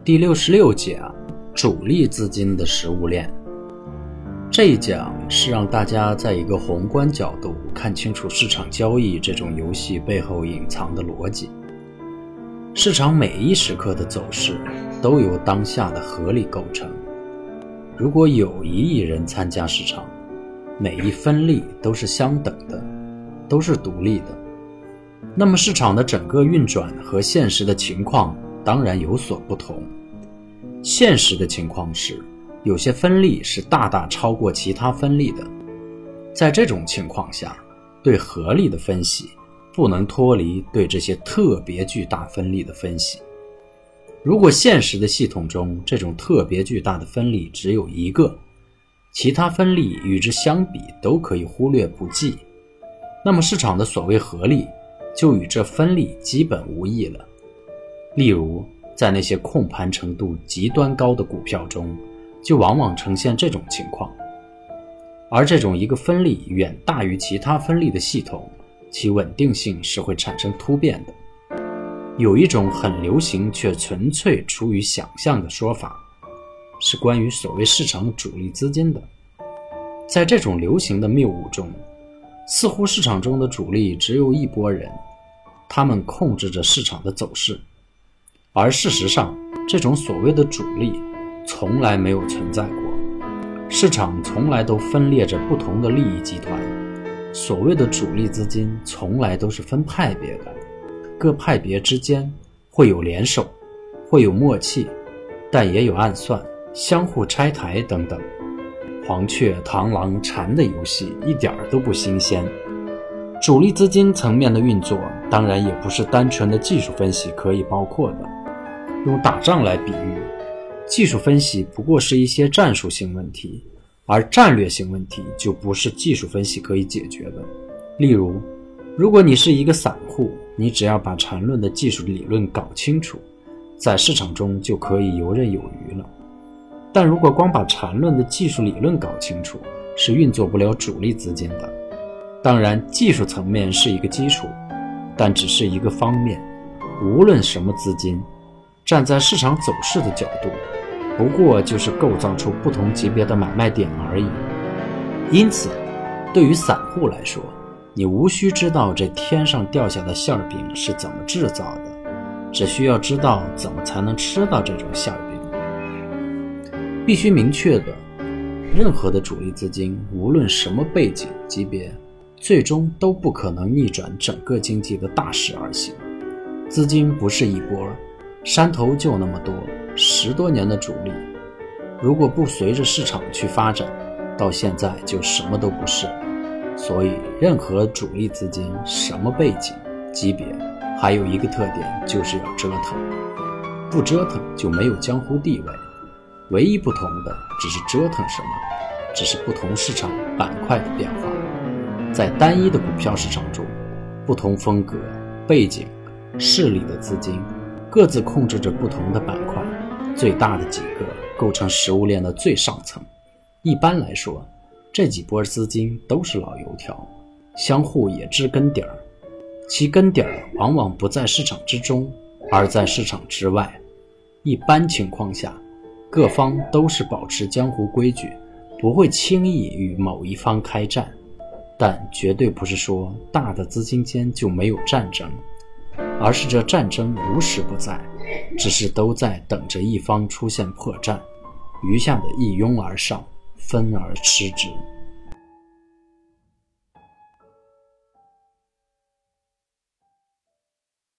第66讲主力资金的食物链。这一讲是让大家在一个宏观角度看清楚市场交易这种游戏背后隐藏的逻辑。市场每一时刻的走势都由当下的合力构成。如果有1亿人参加市场，每一分力都是相等的，都是独立的，那么市场的整个运转和现实的情况当然有所不同。现实的情况是，有些分力是大大超过其他分力的。在这种情况下，对合力的分析不能脱离对这些特别巨大分力的分析。如果现实的系统中这种特别巨大的分力只有一个，其他分力与之相比都可以忽略不计，那么市场的所谓合力就与这分力基本无异了。例如在那些控盘程度极端高的股票中，就往往呈现这种情况。而这种一个分力远大于其他分力的系统，其稳定性是会产生突变的。有一种很流行却纯粹出于想象的说法，是关于所谓市场主力资金的。在这种流行的谬误中，似乎市场中的主力只有一拨人，他们控制着市场的走势。而事实上，这种所谓的主力从来没有存在过。市场从来都分裂着不同的利益集团，所谓的主力资金从来都是分派别的，各派别之间会有联手，会有默契，但也有暗算，相互拆台等等。黄雀、螳螂、蝉的游戏一点都不新鲜。主力资金层面的运作当然也不是单纯的技术分析可以包括的。用打仗来比喻，技术分析不过是一些战术性问题，而战略性问题就不是技术分析可以解决的。例如，如果你是一个散户，你只要把缠论的技术理论搞清楚，在市场中就可以游刃有余了。但如果光把缠论的技术理论搞清楚，是运作不了主力资金的。当然，技术层面是一个基础，但只是一个方面。无论什么资金，站在市场走势的角度，不过就是构造出不同级别的买卖点而已。因此，对于散户来说，你无需知道这天上掉下的馅饼是怎么制造的，只需要知道怎么才能吃到这种馅饼。必须明确的，任何的主力资金，无论什么背景级别，最终都不可能逆转整个经济的大势而行。资金不是一波，山头就那么多，10多年的主力，如果不随着市场去发展，到现在就什么都不是。所以任何主力资金，什么背景级别，还有一个特点，就是要折腾。不折腾就没有江湖地位。唯一不同的只是折腾什么，只是不同市场板块的变化。在单一的股票市场中，不同风格、背景、势力的资金各自控制着不同的板块，最大的几个构成食物链的最上层。一般来说，这几波资金都是老油条，相互也知根底儿，其根底儿往往不在市场之中，而在市场之外。一般情况下，各方都是保持江湖规矩，不会轻易与某一方开战，但绝对不是说大的资金间就没有战争，而是这战争无时不在，只是都在等着一方出现破绽，余下的一拥而上，分而吃之。